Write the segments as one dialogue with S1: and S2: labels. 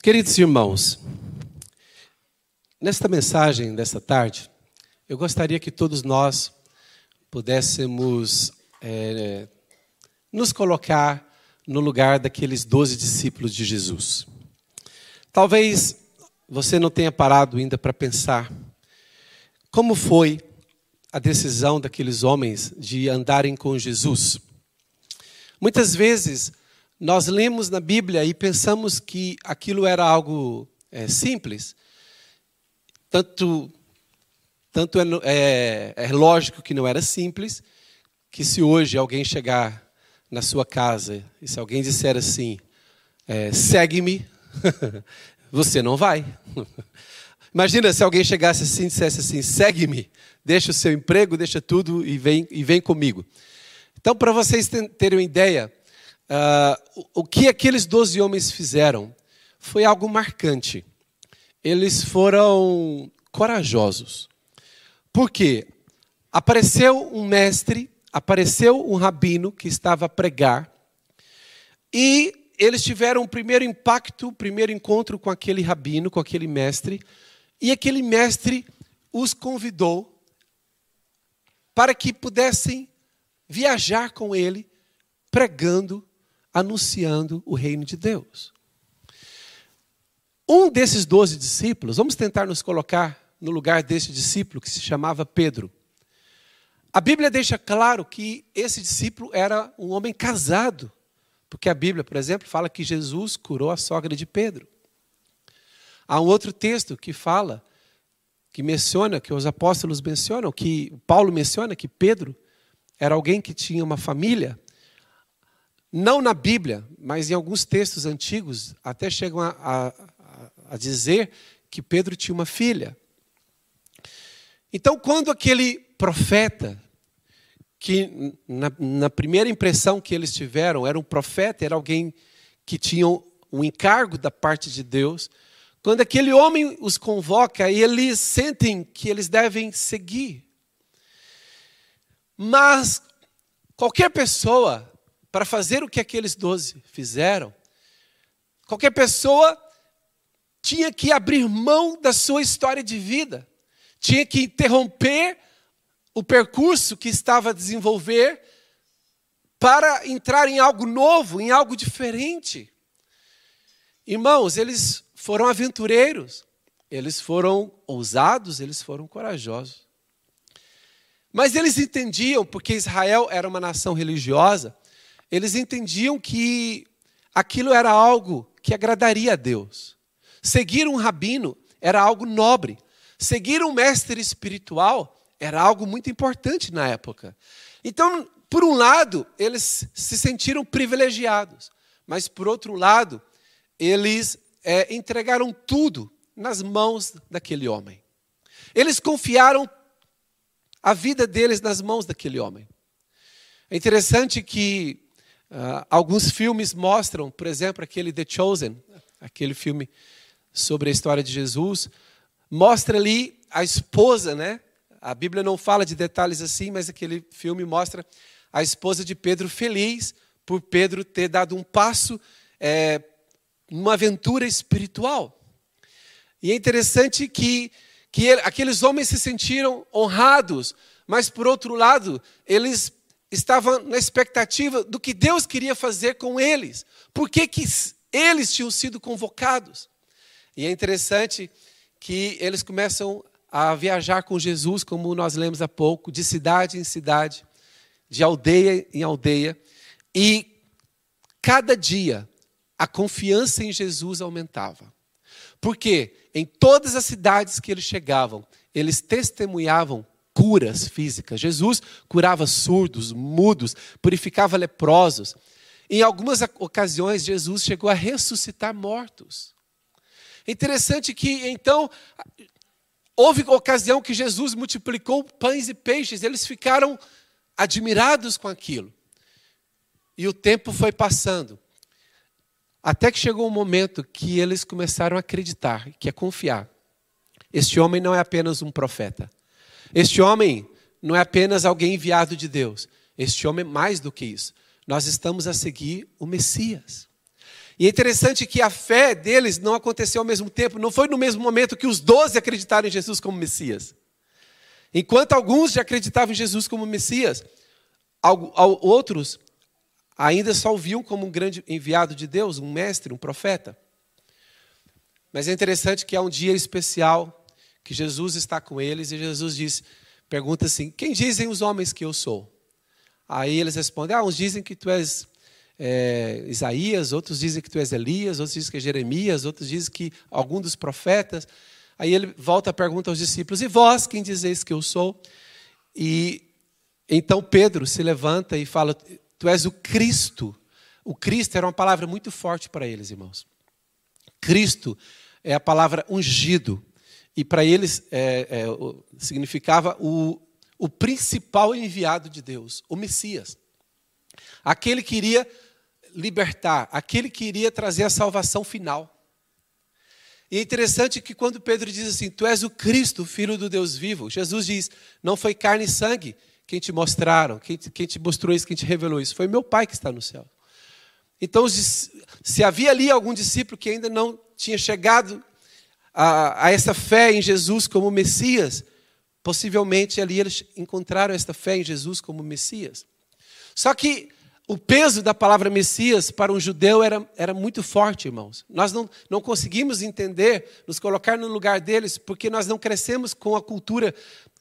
S1: Queridos irmãos, nesta mensagem desta tarde, eu gostaria que todos nós pudéssemos nos colocar no lugar daqueles 12 discípulos de Jesus. Talvez você não tenha parado ainda para pensar como foi a decisão daqueles homens de andarem com Jesus. Muitas vezes nós lemos na Bíblia e pensamos que aquilo era algo simples. Tanto é lógico que não era simples, que se hoje alguém chegar na sua casa e se alguém disser assim, segue-me, você não vai. Imagina se alguém chegasse assim e dissesse assim, segue-me, deixa o seu emprego, deixa tudo e vem comigo. Então, para vocês terem uma ideia, o que aqueles 12 homens fizeram foi algo marcante. Eles foram corajosos. Por quê? Apareceu um mestre, apareceu um rabino que estava a pregar, e eles tiveram o primeiro impacto, o primeiro encontro com aquele rabino, com aquele mestre, e aquele mestre os convidou para que pudessem viajar com ele, pregando, anunciando o reino de Deus. Um desses 12 discípulos, vamos tentar nos colocar no lugar desse discípulo que se chamava Pedro. A Bíblia deixa claro que esse discípulo era um homem casado, porque a Bíblia, por exemplo, fala que Jesus curou a sogra de Pedro. Há um outro texto que fala, que menciona, que os apóstolos mencionam, que Paulo menciona que Pedro era alguém que tinha uma família. Não na Bíblia, mas em alguns textos antigos, até chegam a dizer que Pedro tinha uma filha. Então, quando aquele profeta, que na primeira impressão que eles tiveram, era um profeta, era alguém que tinha um encargo da parte de Deus, quando aquele homem os convoca, eles sentem que eles devem seguir. Mas qualquer pessoa, para fazer o que aqueles 12 fizeram, qualquer pessoa tinha que abrir mão da sua história de vida, tinha que interromper o percurso que estava a desenvolver para entrar em algo novo, em algo diferente. Irmãos, eles foram aventureiros, eles foram ousados, eles foram corajosos. Mas eles entendiam, porque Israel era uma nação religiosa, eles entendiam que aquilo era algo que agradaria a Deus. Seguir um rabino era algo nobre. Seguir um mestre espiritual era algo muito importante na época. Então, por um lado, eles se sentiram privilegiados. Mas, por outro lado, eles entregaram tudo nas mãos daquele homem. Eles confiaram a vida deles nas mãos daquele homem. É interessante que alguns filmes mostram, por exemplo, aquele The Chosen, aquele filme sobre a história de Jesus, mostra ali a esposa, né? A Bíblia não fala de detalhes assim, mas aquele filme mostra a esposa de Pedro feliz por Pedro ter dado um passo numa aventura espiritual. E é interessante que aqueles homens se sentiram honrados, mas, por outro lado, eles estavam na expectativa do que Deus queria fazer com eles. Por que eles tinham sido convocados? E é interessante que eles começam a viajar com Jesus, como nós lemos há pouco, de cidade em cidade, de aldeia em aldeia. E cada dia a confiança em Jesus aumentava. Porque em todas as cidades que eles chegavam, eles testemunhavam curas físicas. Jesus curava surdos, mudos, purificava leprosos. Em algumas ocasiões, Jesus chegou a ressuscitar mortos. É interessante que, então, houve ocasião que Jesus multiplicou pães e peixes. Eles ficaram admirados com aquilo. E o tempo foi passando. Até que chegou um momento que eles começaram a acreditar, que é confiar. Este homem não é apenas um profeta. Este homem não é apenas alguém enviado de Deus. Este homem é mais do que isso. Nós estamos a seguir o Messias. E é interessante que a fé deles não aconteceu ao mesmo tempo, não foi no mesmo momento que os 12 acreditaram em Jesus como Messias. Enquanto alguns já acreditavam em Jesus como Messias, outros ainda só o viam como um grande enviado de Deus, um mestre, um profeta. Mas é interessante que há um dia especial que Jesus está com eles e Jesus pergunta assim, quem dizem os homens que eu sou? Aí eles respondem, uns dizem que tu és Isaías, outros dizem que tu és Elias, outros dizem que é Jeremias, outros dizem que algum dos profetas. Aí ele volta a pergunta aos discípulos, e vós, quem dizeis que eu sou? E então Pedro se levanta e fala, tu és o Cristo. O Cristo era uma palavra muito forte para eles, irmãos. Cristo é a palavra ungido. E para eles significava o principal enviado de Deus, o Messias. Aquele que iria libertar, aquele que iria trazer a salvação final. E é interessante que quando Pedro diz assim, tu és o Cristo, Filho do Deus vivo, Jesus diz, não foi carne e sangue quem te mostraram, quem te mostrou isso, quem te revelou isso, foi meu Pai que está no céu. Então, se havia ali algum discípulo que ainda não tinha chegado a essa fé em Jesus como Messias, possivelmente ali eles encontraram esta fé em Jesus como Messias. Só que o peso da palavra Messias para um judeu era muito forte, irmãos. Nós não conseguimos entender, nos colocar no lugar deles, porque nós não crescemos com a cultura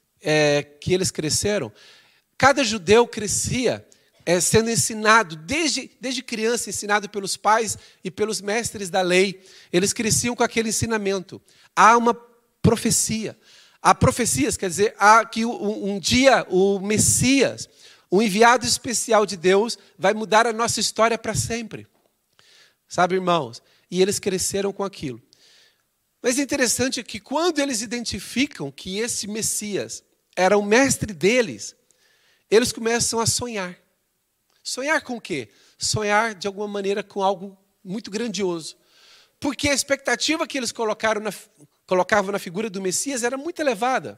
S1: que eles cresceram. Cada judeu crescia sendo ensinado, desde criança, ensinado pelos pais e pelos mestres da lei. Eles cresciam com aquele ensinamento. Há uma profecia. Há profecias, quer dizer, há que um dia o Messias, o enviado especial de Deus, vai mudar a nossa história para sempre. Sabe, irmãos? E eles cresceram com aquilo. Mas é interessante que quando eles identificam que esse Messias era o mestre deles, eles começam a sonhar. Sonhar com o quê? Sonhar, de alguma maneira, com algo muito grandioso. Porque a expectativa que eles colocavam na figura do Messias era muito elevada.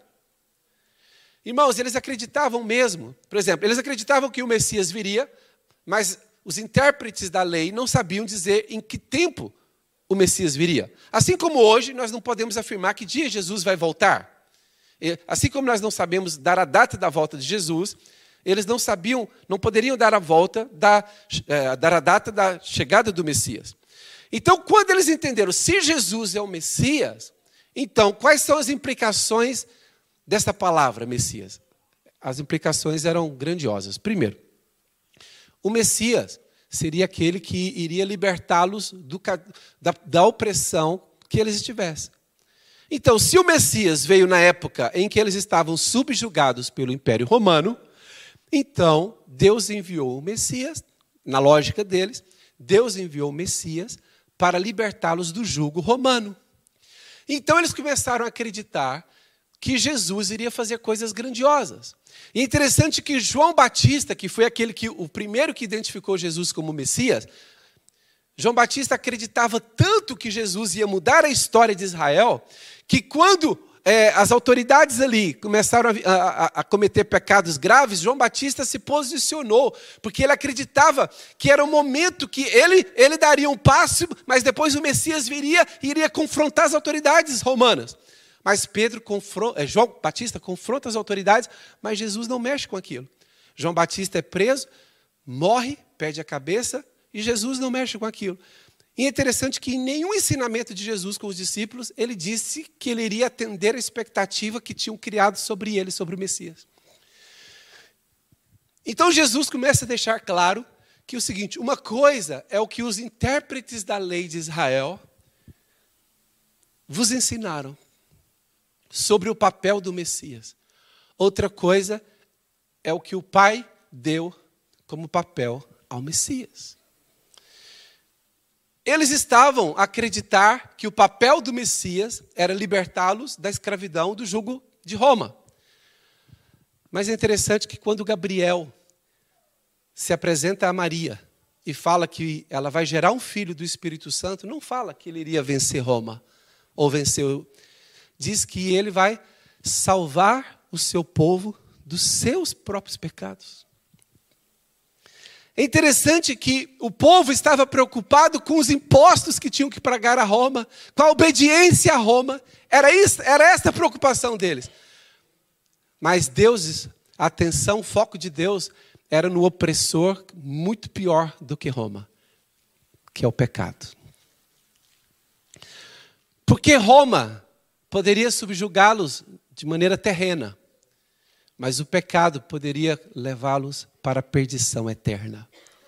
S1: Irmãos, eles acreditavam mesmo, por exemplo, eles acreditavam que o Messias viria, mas os intérpretes da lei não sabiam dizer em que tempo o Messias viria. Assim como hoje, nós não podemos afirmar que dia Jesus vai voltar. Assim como nós não sabemos dar a data da volta de Jesus, eles não poderiam dar dar a data da chegada do Messias. Então, quando eles entenderam se Jesus é o Messias, então, quais são as implicações desta palavra, Messias? As implicações eram grandiosas. Primeiro, o Messias seria aquele que iria libertá-los da opressão que eles estivessem. Então, se o Messias veio na época em que eles estavam subjugados pelo Império Romano, então Deus enviou o Messias, na lógica deles, Deus enviou o Messias para libertá-los do jugo romano. Então eles começaram a acreditar que Jesus iria fazer coisas grandiosas. E é interessante que João Batista, que foi o primeiro que identificou Jesus como Messias, João Batista acreditava tanto que Jesus ia mudar a história de Israel, que quando as autoridades ali começaram a cometer pecados graves, João Batista se posicionou, porque ele acreditava que era o momento que ele daria um passo, mas depois o Messias viria e iria confrontar as autoridades romanas. Mas João Batista confronta as autoridades, mas Jesus não mexe com aquilo. João Batista é preso, morre, perde a cabeça, e Jesus não mexe com aquilo. E é interessante que em nenhum ensinamento de Jesus com os discípulos, ele disse que ele iria atender a expectativa que tinham criado sobre ele, sobre o Messias. Então Jesus começa a deixar claro que o seguinte, uma coisa é o que os intérpretes da lei de Israel vos ensinaram sobre o papel do Messias. Outra coisa é o que o Pai deu como papel ao Messias. Eles estavam a acreditar que o papel do Messias era libertá-los da escravidão do jugo de Roma. Mas é interessante que quando Gabriel se apresenta a Maria e fala que ela vai gerar um filho do Espírito Santo, não fala que ele iria vencer Roma, ou venceu. Diz que ele vai salvar o seu povo dos seus próprios pecados. É interessante que o povo estava preocupado com os impostos que tinham que pagar a Roma, com a obediência a Roma. Era essa a preocupação deles. Mas Deus, a atenção, o foco de Deus era no opressor muito pior do que Roma, que é o pecado. Porque Roma poderia subjugá-los de maneira terrena, mas o pecado poderia levá-los para a perdição eterna.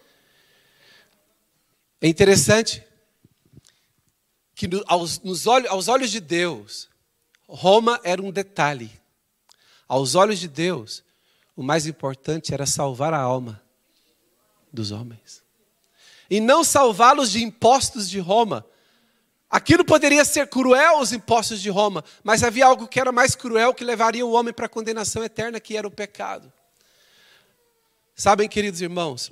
S1: É interessante que aos olhos de Deus, Roma era um detalhe. Aos olhos de Deus, o mais importante era salvar a alma dos homens. E não salvá-los de impostos de Roma. Aquilo poderia ser cruel, os impostos de Roma, mas havia algo que era mais cruel, que levaria o homem para a condenação eterna, que era o pecado. Sabem, queridos irmãos,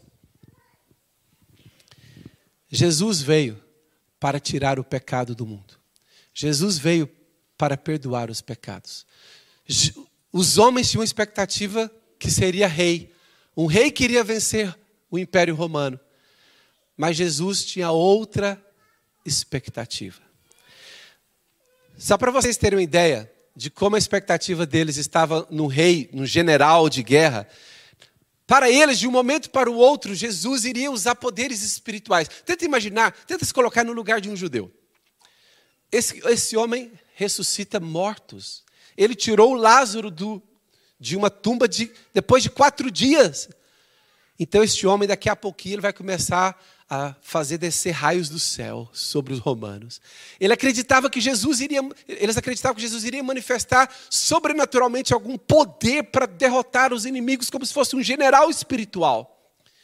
S1: Jesus veio para tirar o pecado do mundo. Jesus veio para perdoar os pecados. Os homens tinham uma expectativa que seria rei. Um rei queria vencer o Império Romano. Mas Jesus tinha outra expectativa. Só para vocês terem uma ideia de como a expectativa deles estava no rei, no general de guerra. Para eles, de um momento para o outro, Jesus iria usar poderes espirituais. Tenta imaginar, tenta se colocar no lugar de um judeu. Esse homem ressuscita mortos. Ele tirou Lázaro de uma tumba depois de 4 dias. Então, este homem, daqui a pouquinho, ele vai começar a fazer descer raios do céu sobre os romanos. Eles acreditavam que Jesus iria manifestar sobrenaturalmente algum poder para derrotar os inimigos, como se fosse um general espiritual.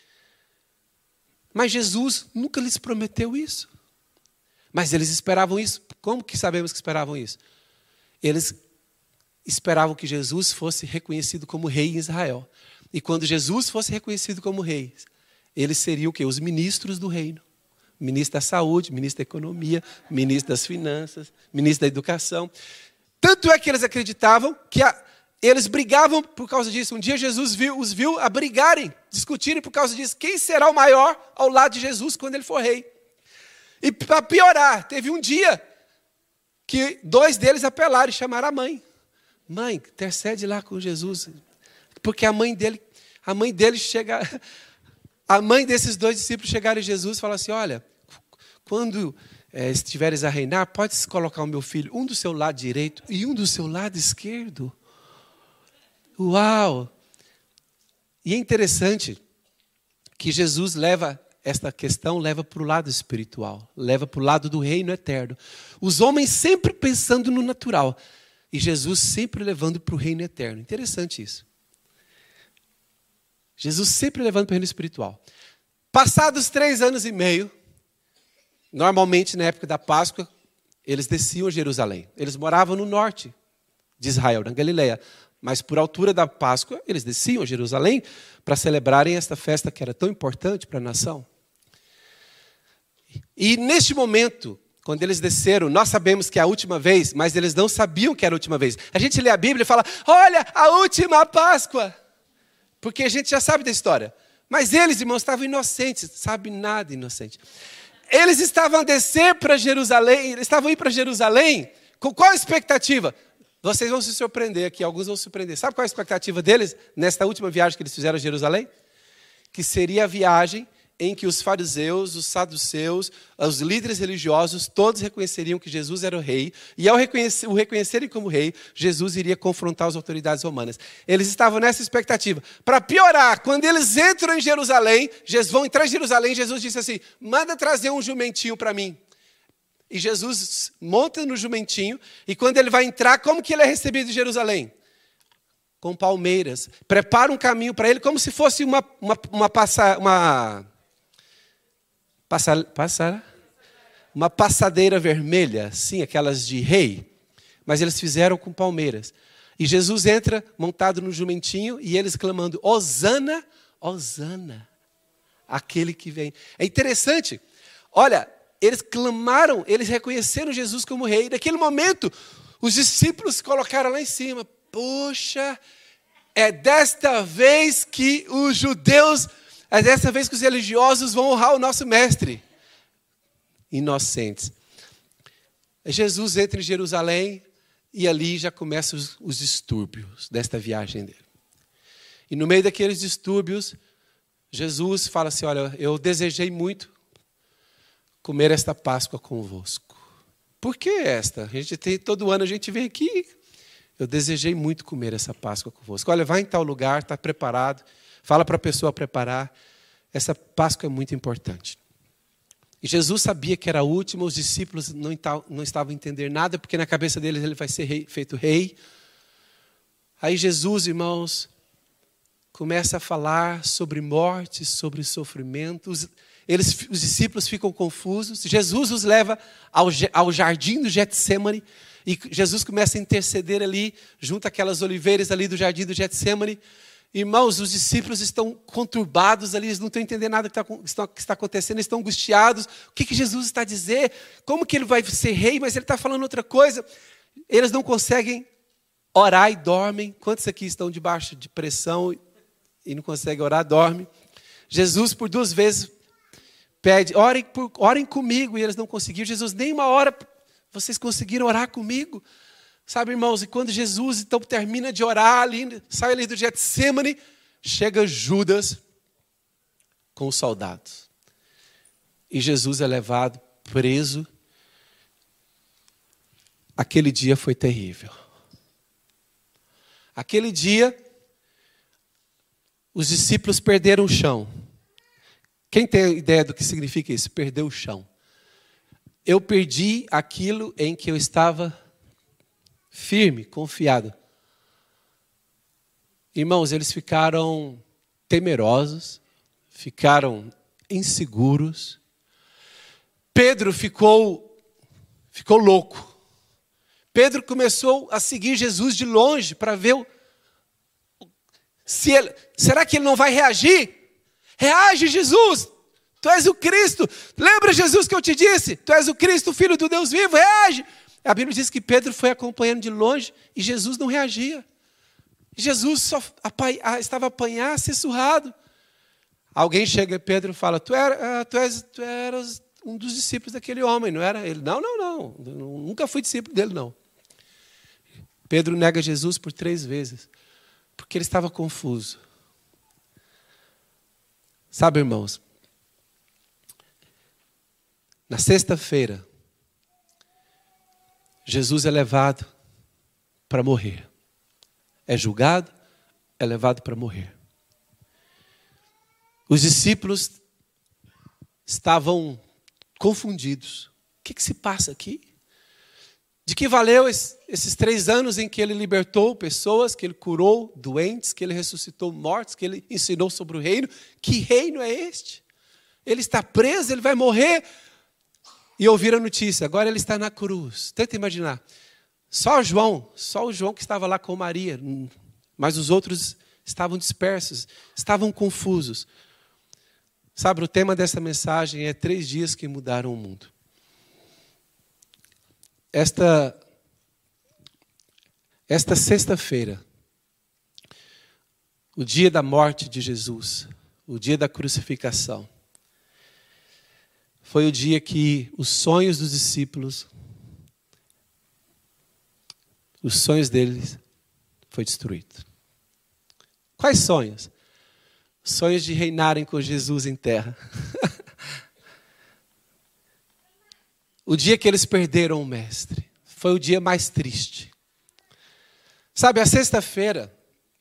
S1: Mas Jesus nunca lhes prometeu isso. Mas eles esperavam isso. Como que sabemos que esperavam isso? Eles esperavam que Jesus fosse reconhecido como rei em Israel. E quando Jesus fosse reconhecido como rei, eles seriam o quê? Os ministros do reino. Ministro da saúde, ministro da economia, ministro das finanças, ministro da educação. Tanto é que eles acreditavam que eles brigavam por causa disso. Um dia Jesus os viu a brigarem, discutirem por causa disso. Quem será o maior ao lado de Jesus quando ele for rei? E para piorar, teve um dia que 2 deles apelaram e chamaram a mãe. Mãe, intercede lá com Jesus. Porque a mãe desses 2 discípulos chegaram em Jesus e falaram assim, olha, quando estiveres a reinar, pode colocar o meu filho, um do seu lado direito e um do seu lado esquerdo. Uau! E é interessante que Jesus esta questão leva para o lado espiritual, leva para o lado do reino eterno. Os homens sempre pensando no natural e Jesus sempre levando para o reino eterno. Interessante isso. Jesus sempre levando para o reino espiritual. Passados 3 anos e meio, normalmente na época da Páscoa, eles desciam a Jerusalém. Eles moravam no norte de Israel, na Galileia. Mas por altura da Páscoa, eles desciam a Jerusalém para celebrarem esta festa que era tão importante para a nação. E neste momento, quando eles desceram, nós sabemos que é a última vez, mas eles não sabiam que era a última vez. A gente lê a Bíblia e fala, olha, a última Páscoa. Porque a gente já sabe da história. Mas eles, irmãos, estavam inocentes. Sabe nada inocente. Eles estavam a descer para Jerusalém. Eles estavam a ir para Jerusalém. Com qual a expectativa? Vocês vão se surpreender aqui. Alguns vão se surpreender. Sabe qual a expectativa deles? Nesta última viagem que eles fizeram a Jerusalém? Que seria a viagem em que os fariseus, os saduceus, os líderes religiosos, todos reconheceriam que Jesus era o rei. E ao o reconhecerem como rei, Jesus iria confrontar as autoridades romanas. Eles estavam nessa expectativa. Para piorar, quando eles entram em Jerusalém, vão entrar em Jerusalém, Jesus disse assim, manda trazer um jumentinho para mim. E Jesus monta no jumentinho, e quando ele vai entrar, como que ele é recebido em Jerusalém? Com palmeiras. Prepara um caminho para ele, como se fosse uma passadeira vermelha, sim, aquelas de rei, mas eles fizeram com palmeiras. E Jesus entra montado no jumentinho e eles clamando, Hosana, Hosana, aquele que vem. É interessante, olha, eles clamaram, eles reconheceram Jesus como rei. E naquele momento, os discípulos se colocaram lá em cima. Poxa, é desta vez que os judeus É dessa vez que os religiosos vão honrar o nosso mestre. Inocentes. Jesus entra em Jerusalém e ali já começam os distúrbios desta viagem dele. E no meio daqueles distúrbios, Jesus fala assim, olha, eu desejei muito comer esta Páscoa convosco. Por que esta? Todo ano a gente vem aqui. Eu desejei muito comer essa Páscoa convosco. Olha, vai em tal lugar, está preparado. Fala para a pessoa preparar. Essa Páscoa é muito importante. E Jesus sabia que era a última, os discípulos não estavam a entender nada, porque na cabeça deles ele vai ser feito rei. Aí Jesus, irmãos, começa a falar sobre morte, sobre sofrimento. Os discípulos ficam confusos. Jesus os leva ao jardim do Getsemane. E Jesus começa a interceder ali, junto àquelas oliveiras ali do jardim do Getsemane. Irmãos, os discípulos estão conturbados ali, eles não estão entendendo nada que está acontecendo, eles estão angustiados. O que Jesus está a dizer? Como que ele vai ser rei, mas ele está falando outra coisa? Eles não conseguem orar e dormem. Quantos aqui estão debaixo de pressão e não conseguem orar, dormem? Jesus, por 2 vezes, pede, orem comigo, e eles não conseguiram. Jesus, nem uma hora vocês conseguiram orar comigo. Sabe, irmãos, e quando Jesus então termina de orar ali, sai ali do Getsemane, chega Judas com os soldados. E Jesus é levado preso. Aquele dia foi terrível. Aquele dia, os discípulos perderam o chão. Quem tem ideia do que significa isso? Perder o chão. Eu perdi aquilo em que eu estava firme, confiado. Irmãos, eles ficaram temerosos, ficaram inseguros. Pedro ficou louco. Pedro começou a seguir Jesus de longe para ver será que ele não vai reagir? Reage, Jesus! Tu és o Cristo. Lembra, Jesus, que eu te disse? Tu és o Cristo, o Filho do Deus vivo. Reage! A Bíblia diz que Pedro foi acompanhando de longe e Jesus não reagia. Jesus só estava a apanhar, sussurrado. Alguém chega a Pedro e fala, tu eras um dos discípulos daquele homem, não era? Ele, não, nunca fui discípulo dele, não. Pedro nega Jesus por 3 vezes, porque ele estava confuso. Sabe, irmãos, na sexta-feira, Jesus é levado para morrer. É julgado, é levado para morrer. Os discípulos estavam confundidos. O que se passa aqui? De que valeu esses 3 anos em que ele libertou pessoas, que ele curou doentes, que ele ressuscitou mortos, que ele ensinou sobre o reino? Que reino é este? Ele está preso, ele vai morrer. E ouviram a notícia, agora ele está na cruz. Tenta imaginar. Só o João que estava lá com Maria, mas os outros estavam dispersos, estavam confusos. Sabe, o tema dessa mensagem é 3 dias que mudaram o mundo. Esta sexta-feira, o dia da morte de Jesus, o dia da crucificação, foi o dia que os sonhos dos discípulos, os sonhos deles foi destruído. Quais sonhos? Sonhos de reinarem com Jesus em terra. O dia que eles perderam o mestre foi o dia mais triste. Sabe, a sexta-feira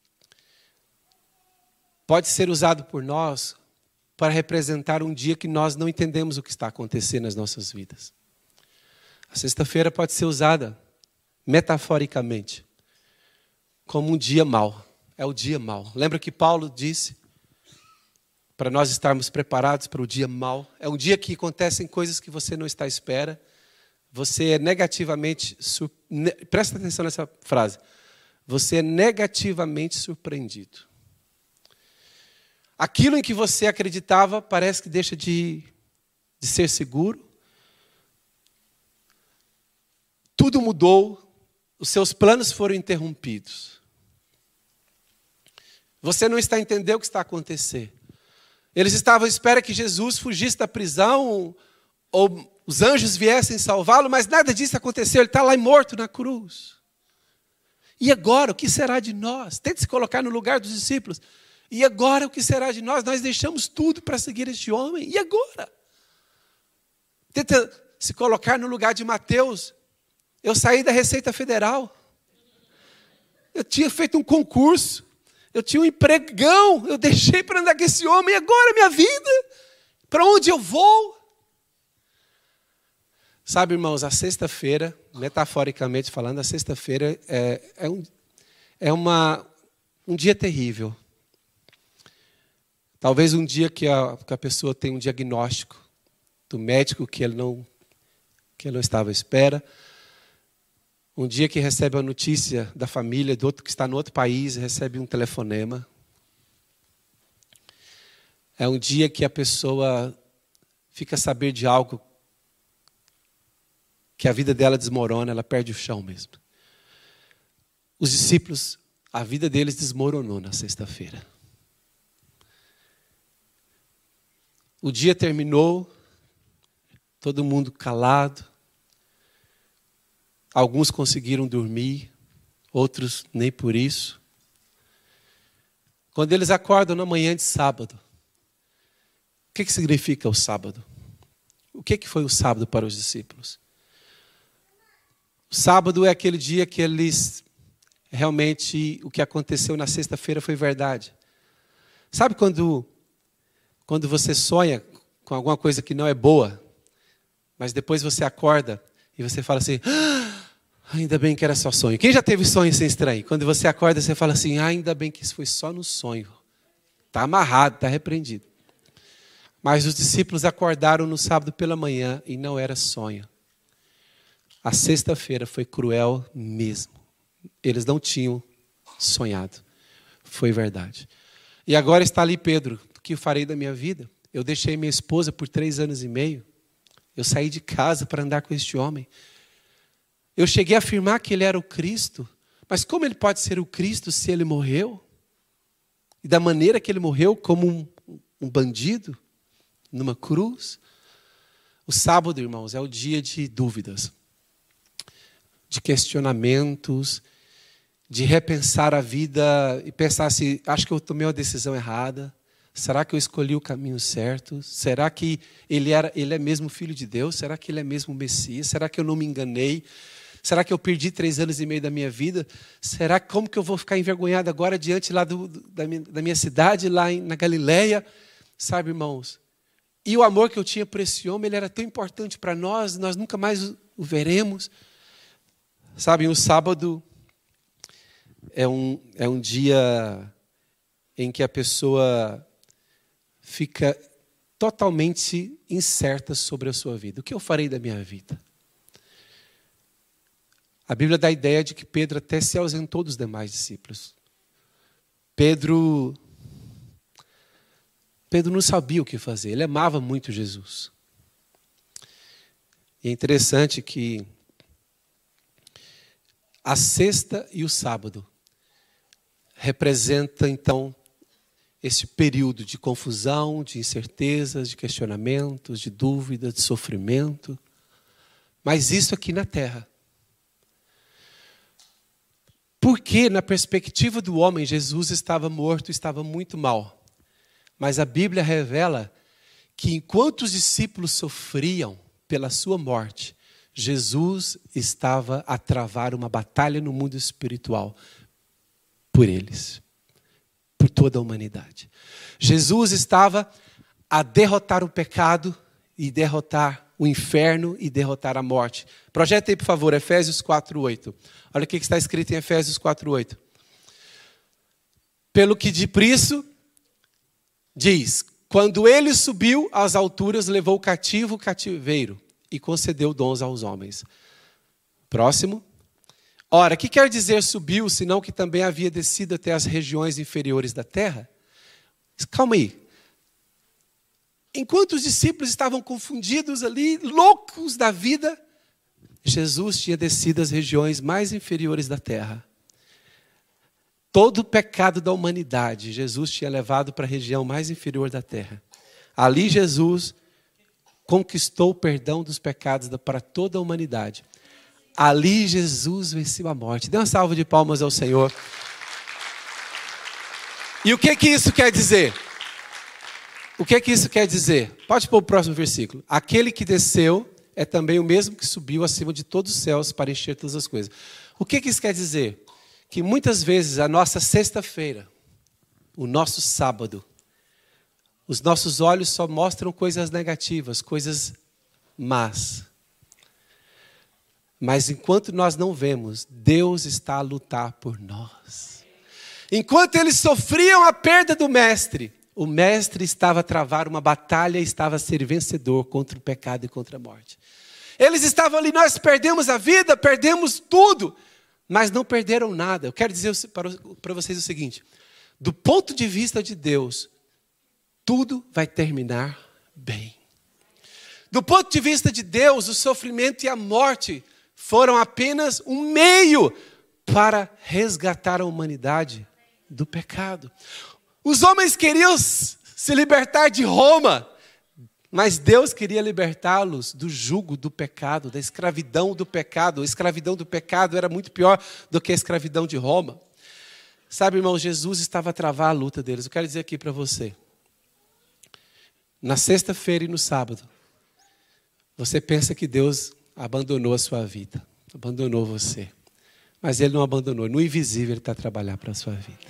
S1: pode ser usado por nós para representar um dia que nós não entendemos o que está acontecendo nas nossas vidas. A sexta-feira pode ser usada metaforicamente como um dia mau. É o dia mau. Lembra que Paulo disse para nós estarmos preparados para o dia mau? É um dia que acontecem coisas que você não está à espera. Você é negativamente... Presta atenção nessa frase. Você é negativamente surpreendido. Aquilo em que você acreditava parece que deixa de ser seguro. Tudo mudou. Os seus planos foram interrompidos. Você não está entendendo o que está acontecendo. Eles estavam à espera que Jesus fugisse da prisão ou os anjos viessem salvá-lo, mas nada disso aconteceu. Ele está lá morto na cruz. E agora, o que será de nós? Tente se colocar no lugar dos discípulos. E agora, o que será de nós? Nós deixamos tudo para seguir este homem. E agora? Tenta se colocar no lugar de Mateus. Eu saí da Receita Federal. Eu tinha feito um concurso. Eu tinha um empregão. Eu deixei para andar com esse homem. E agora, minha vida? Para onde eu vou? Sabe, irmãos, a sexta-feira, metaforicamente falando, a sexta-feira é um dia terrível. Talvez um dia que a pessoa tem um diagnóstico do médico que ele não estava à espera. Um dia que recebe a notícia da família, do outro que está no outro país, recebe um telefonema. É um dia que a pessoa fica a saber de algo que a vida dela desmorona, ela perde o chão mesmo. Os discípulos, a vida deles desmoronou na sexta-feira. O dia terminou, todo mundo calado. Alguns conseguiram dormir, outros nem por isso. Quando eles acordam na manhã de sábado, o que significa o sábado? O que foi o sábado para os discípulos? O sábado é aquele dia que eles realmente, o que aconteceu na sexta-feira foi verdade. Sabe quando você sonha com alguma coisa que não é boa, mas depois você acorda e você fala assim, ainda bem que era só sonho. Quem já teve sonho sem estranho? Quando você acorda, você fala assim, ainda bem que isso foi só no sonho. Está amarrado, está repreendido. Mas os discípulos acordaram no sábado pela manhã e não era sonho. A sexta-feira foi cruel mesmo. Eles não tinham sonhado. Foi verdade. E agora está ali Pedro. O que eu farei da minha vida? Eu deixei minha esposa por 3 anos e meio. Eu saí de casa para andar com este homem. Eu cheguei a afirmar que ele era o Cristo. Mas como ele pode ser o Cristo se ele morreu? E da maneira que ele morreu, como um bandido, numa cruz? O sábado, irmãos, é o dia de dúvidas, de questionamentos, de repensar a vida e pensar assim, acho que eu tomei uma decisão errada. Será que eu escolhi o caminho certo? Será que ele é mesmo filho de Deus? Será que ele é mesmo o Messias? Será que eu não me enganei? Será que eu perdi 3 anos e meio da minha vida? Será como que eu vou ficar envergonhado agora diante lá da minha cidade, lá na Galileia? Sabe, irmãos? E o amor que eu tinha por esse homem, ele era tão importante para nós nunca mais o veremos. Sabe, o sábado é um dia em que a pessoa fica totalmente incerta sobre a sua vida. O que eu farei da minha vida? A Bíblia dá a ideia de que Pedro até se ausentou dos demais discípulos. Pedro não sabia o que fazer. Ele amava muito Jesus. E é interessante que a sexta e o sábado representa, então, esse período de confusão, de incertezas, de questionamentos, de dúvidas, de sofrimento. Mas isso aqui na terra. Porque, na perspectiva do homem, Jesus estava morto, estava muito mal. Mas a Bíblia revela que enquanto os discípulos sofriam pela sua morte, Jesus estava a travar uma batalha no mundo espiritual por eles, por toda a humanidade. Jesus estava a derrotar o pecado e derrotar o inferno e derrotar a morte. Projeta aí, por favor, Efésios 4:8. Olha o que está escrito em Efésios 4:8. Pelo que de preço diz, quando ele subiu às alturas, levou cativo o cativeiro e concedeu dons aos homens. Próximo. Ora, o que quer dizer subiu, senão que também havia descido até as regiões inferiores da terra? Calma aí. Enquanto os discípulos estavam confundidos ali, loucos da vida, Jesus tinha descido às regiões mais inferiores da terra. Todo o pecado da humanidade, Jesus tinha levado para a região mais inferior da terra. Ali Jesus conquistou o perdão dos pecados para toda a humanidade. Ali Jesus venceu a morte. Dê uma salva de palmas ao Senhor. E o que isso quer dizer? O que isso quer dizer? Pode pôr o próximo versículo. Aquele que desceu é também o mesmo que subiu acima de todos os céus para encher todas as coisas. O que isso quer dizer? Que muitas vezes a nossa sexta-feira, o nosso sábado, os nossos olhos só mostram coisas negativas, coisas más. Mas enquanto nós não vemos, Deus está a lutar por nós. Enquanto eles sofriam a perda do mestre, o mestre estava a travar uma batalha e estava a ser vencedor contra o pecado e contra a morte. Eles estavam ali, nós perdemos a vida, perdemos tudo, mas não perderam nada. Eu quero dizer para vocês o seguinte, do ponto de vista de Deus, tudo vai terminar bem. Do ponto de vista de Deus, o sofrimento e a morte foram apenas um meio para resgatar a humanidade do pecado. Os homens queriam se libertar de Roma, mas Deus queria libertá-los do jugo do pecado, da escravidão do pecado. A escravidão do pecado era muito pior do que a escravidão de Roma. Sabe, irmão, Jesus estava a travar a luta deles. Eu quero dizer aqui para você, na sexta-feira e no sábado, você pensa que Deus abandonou a sua vida, abandonou você. Mas Ele não abandonou. No invisível Ele está a trabalhar para a sua vida.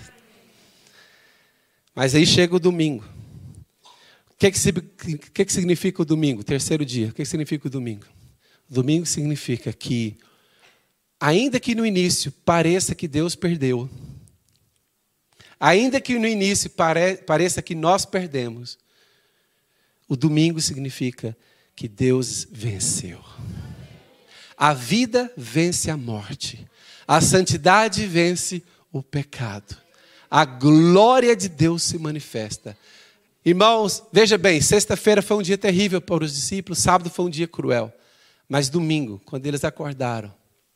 S1: Mas aí chega o domingo. O que significa o domingo? Terceiro dia. O que significa o domingo? O domingo significa que, ainda que no início pareça que Deus perdeu, ainda que no início pareça que nós perdemos, o domingo significa que Deus venceu. A vida vence a morte. A santidade vence o pecado. A glória de Deus se manifesta. Irmãos, veja bem, sexta-feira foi um dia terrível para os discípulos, sábado foi um dia cruel. Mas domingo, quando eles acordaram,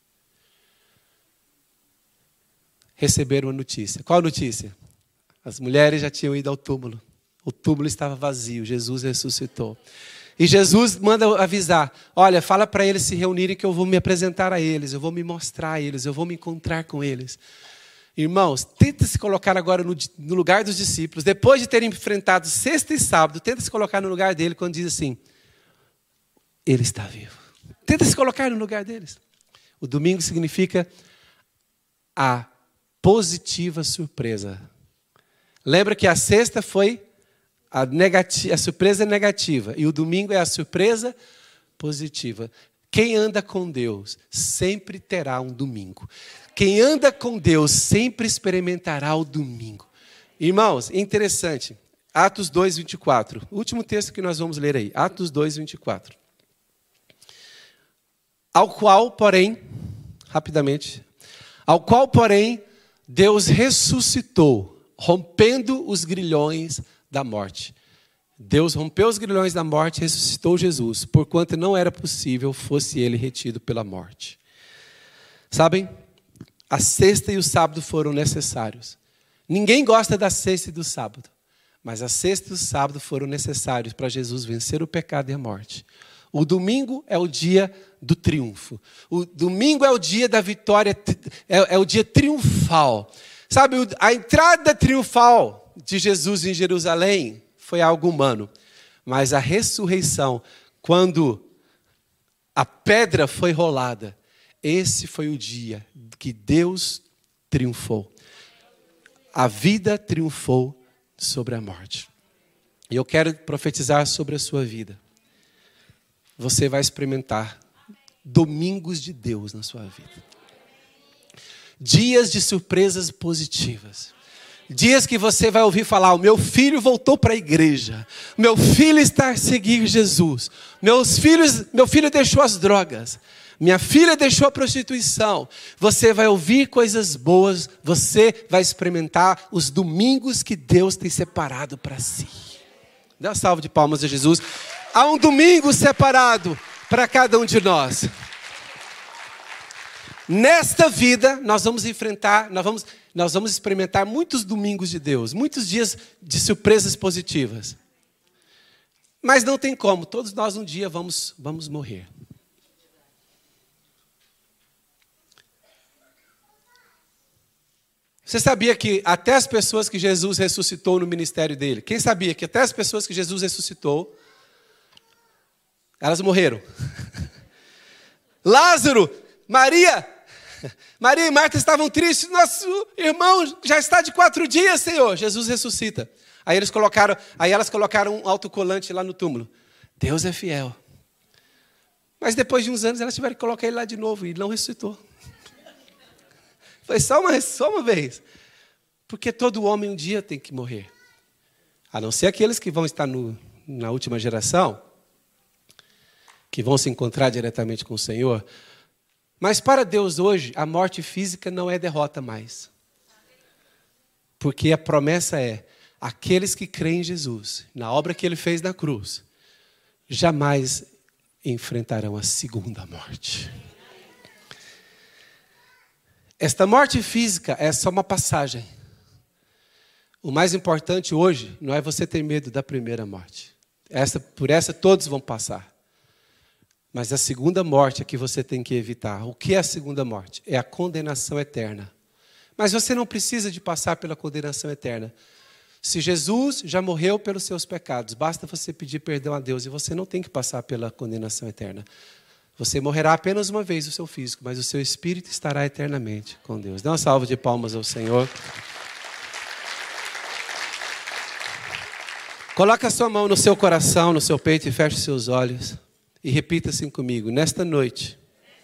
S1: receberam uma notícia. Qual notícia? As mulheres já tinham ido ao túmulo. O túmulo estava vazio, Jesus ressuscitou. E Jesus manda avisar, olha, fala para eles se reunirem que eu vou me apresentar a eles, eu vou me mostrar a eles, eu vou me encontrar com eles. Irmãos, tenta se colocar agora no lugar dos discípulos, depois de terem enfrentado sexta e sábado, tenta se colocar no lugar dele quando diz assim, Ele está vivo. Tenta se colocar no lugar deles. O domingo significa a positiva surpresa. Lembra que a sexta foi a surpresa negativa. E o domingo é a surpresa positiva. Quem anda com Deus sempre terá um domingo. Quem anda com Deus sempre experimentará o domingo. Irmãos, interessante. Atos 2, 24. O último texto que nós vamos ler aí. Atos 2, 24. Ao qual, porém, Deus ressuscitou, rompendo os grilhões da morte. Deus rompeu os grilhões da morte e ressuscitou Jesus, porquanto não era possível fosse ele retido pela morte. Sabem? A sexta e o sábado foram necessários. Ninguém gosta da sexta e do sábado, mas a sexta e o sábado foram necessários para Jesus vencer o pecado e a morte. O domingo é o dia do triunfo. O domingo é o dia da vitória, é o dia triunfal. Sabe, a entrada triunfal de Jesus em Jerusalém foi algo humano. Mas a ressurreição, quando a pedra foi rolada, esse foi o dia que Deus triunfou. A vida triunfou sobre a morte. E eu quero profetizar sobre a sua vida. Você vai experimentar domingos de Deus na sua vida. Dias de surpresas positivas. Dias que você vai ouvir falar, o meu filho voltou para a igreja. Meu filho está a seguir Jesus. Meu filho deixou as drogas. Minha filha deixou a prostituição. Você vai ouvir coisas boas. Você vai experimentar os domingos que Deus tem separado para si. Dê uma salva de palmas a Jesus. Há um domingo separado para cada um de nós. Nesta vida, nós vamos experimentar muitos domingos de Deus, muitos dias de surpresas positivas. Mas não tem como, todos nós um dia vamos morrer. Você sabia que até as pessoas que Jesus ressuscitou no ministério dele, quem sabia que até as pessoas que Jesus ressuscitou, elas morreram? Lázaro, Maria e Marta estavam tristes. Nosso irmão já está de 4 dias, Senhor. Jesus ressuscita. Aí elas colocaram um autocolante lá no túmulo. Deus é fiel. Mas depois de uns anos elas tiveram que colocar ele lá de novo e ele não ressuscitou. Foi só uma vez. Porque todo homem um dia tem que morrer. A não ser aqueles que vão estar na última geração, que vão se encontrar diretamente com o Senhor. Mas para Deus hoje, a morte física não é derrota mais. Porque a promessa é, aqueles que creem em Jesus, na obra que Ele fez na cruz, jamais enfrentarão a segunda morte. Esta morte física é só uma passagem. O mais importante hoje não é você ter medo da primeira morte. Por essa todos vão passar. Mas a segunda morte é que você tem que evitar. O que é a segunda morte? É a condenação eterna. Mas você não precisa de passar pela condenação eterna. Se Jesus já morreu pelos seus pecados, basta você pedir perdão a Deus e você não tem que passar pela condenação eterna. Você morrerá apenas uma vez o seu físico, mas o seu espírito estará eternamente com Deus. Dê uma salva de palmas ao Senhor. Coloque a sua mão no seu coração, no seu peito e feche seus olhos. E repita assim comigo. Nesta noite,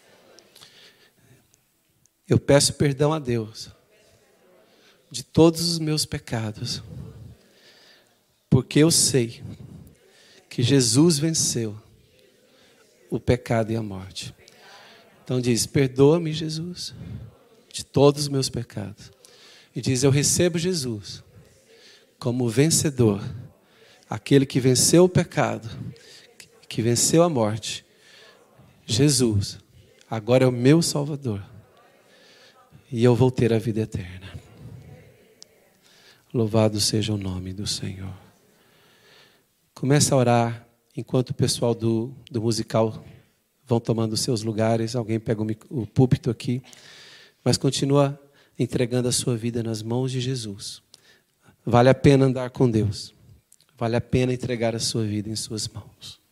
S1: eu peço perdão a Deus de todos os meus pecados. Porque eu sei que Jesus venceu o pecado e a morte. Então diz, perdoa-me, Jesus, de todos os meus pecados. E diz, eu recebo Jesus como vencedor, aquele que venceu o pecado, que venceu a morte. Jesus, agora é o meu Salvador. E eu vou ter a vida eterna. Louvado seja o nome do Senhor. Comece a orar. Enquanto o pessoal do musical vão tomando seus lugares, alguém pega o púlpito aqui, mas continua entregando a sua vida nas mãos de Jesus. Vale a pena andar com Deus. Vale a pena entregar a sua vida em suas mãos.